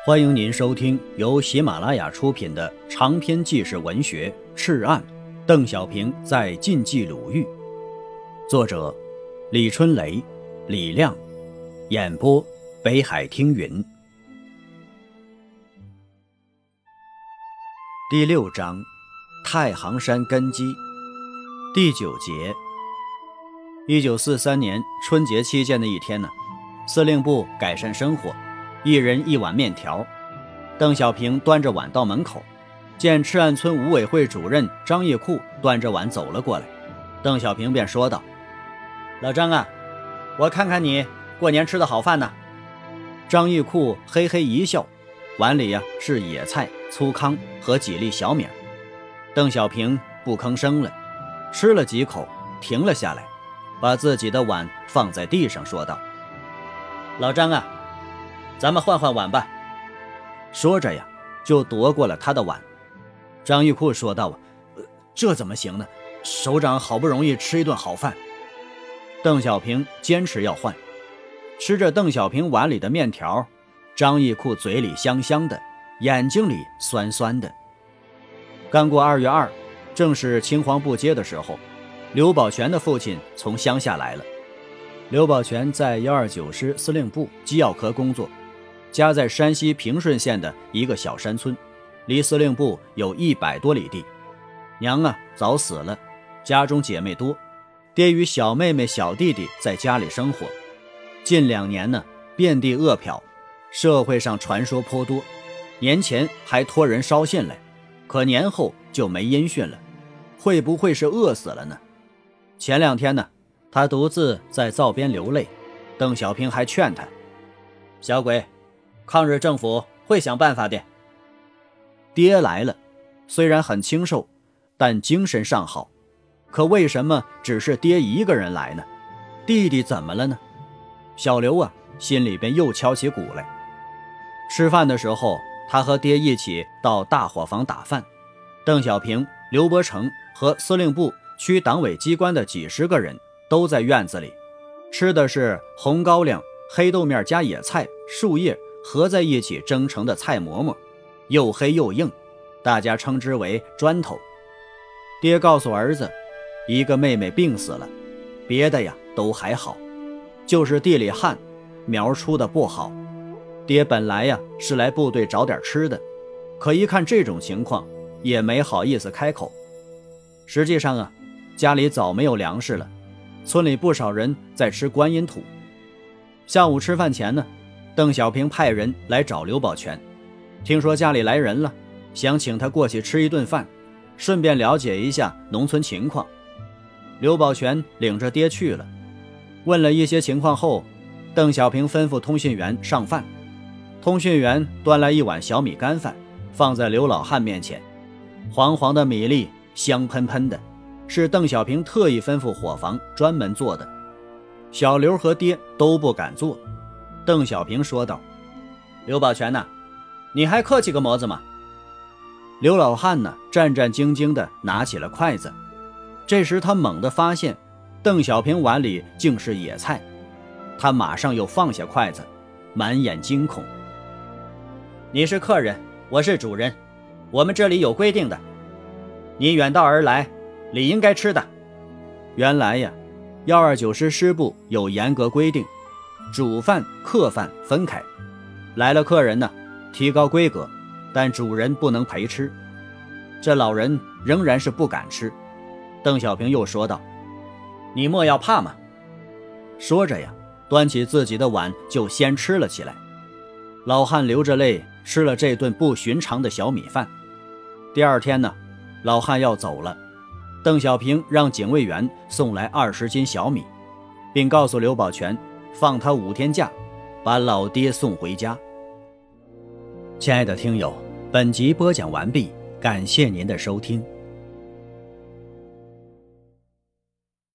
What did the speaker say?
欢迎您收听由喜马拉雅出品的长篇纪实文学《赤案》，邓小平在晋冀鲁豫，作者李春雷、李亮，演播北海听云。第6章，太行山根基，第9节。1943年春节期间的一天呢，司令部改善生活，一人一碗面条。邓小平端着碗到门口，见赤岸村五委会主任张义库端着碗走了过来，邓小平便说道：老张啊，我看看你过年吃的好饭呢。张义库嘿嘿一笑，碗里是野菜、粗糠和几粒小米。邓小平不吭声了，吃了几口停了下来，把自己的碗放在地上说道：老张啊，咱们换换碗吧。说着就夺过了他的碗。张玉库说道：这怎么行呢？首长好不容易吃一顿好饭。邓小平坚持要换。吃着邓小平碗里的面条，张义库嘴里香香的，眼睛里酸酸的。刚过2月2，正是青黄不接的时候，刘宝全的父亲从乡下来了。刘宝全在129师司令部机要科工作，家在山西平顺县的一个小山村，离司令部有100多里地。娘早死了，家中姐妹多，爹与小妹妹小弟弟在家里生活。近2年呢，遍地饿殍，社会上传说颇多，年前还托人捎信来，可年后就没音讯了，会不会是饿死了呢？前2天呢，他独自在灶边流泪，邓小平还劝他：小鬼，抗日政府会想办法的。爹来了，虽然很清瘦，但精神尚好，可为什么只是爹一个人来呢？弟弟怎么了呢？小刘心里边又敲起鼓来。吃饭的时候，他和爹一起到大伙房打饭，邓小平、刘伯承和司令部区党委机关的几十个人都在院子里，吃的是红高粱、黑豆面加野菜、树叶合在一起蒸成的菜馍馍，又黑又硬，大家称之为砖头。爹告诉儿子，一个妹妹病死了，别的都还好，就是地里旱，苗出的不好。爹本来是来部队找点吃的，可一看这种情况，也没好意思开口。实际上家里早没有粮食了，村里不少人在吃观音土。下午吃饭前呢，邓小平派人来找刘宝全，听说家里来人了，想请他过去吃一顿饭，顺便了解一下农村情况。刘宝全领着爹去了，问了一些情况后，邓小平吩咐通讯员上饭。通讯员端来一碗小米干饭，放在刘老汉面前，黄黄的米粒，香喷喷的，是邓小平特意吩咐伙房专门做的。小刘和爹都不敢做。邓小平说道：刘宝全你还客气个么子吗？刘老汉战战兢兢地拿起了筷子。这时他猛地发现邓小平碗里竟是野菜，他马上又放下筷子，满眼惊恐。你是客人，我是主人，我们这里有规定的，你远道而来，理应该吃的。原来129师师部有严格规定，主饭客饭分开，来了客人提高规格，但主人不能陪吃。这老人仍然是不敢吃。邓小平又说道：你莫要怕嘛。说着端起自己的碗就先吃了起来。老汉流着泪吃了这顿不寻常的小米饭。第2天老汉要走了，邓小平让警卫员送来20斤小米，并告诉刘宝全放他5天假，把老爹送回家。亲爱的听友，本集播讲完毕，感谢您的收听。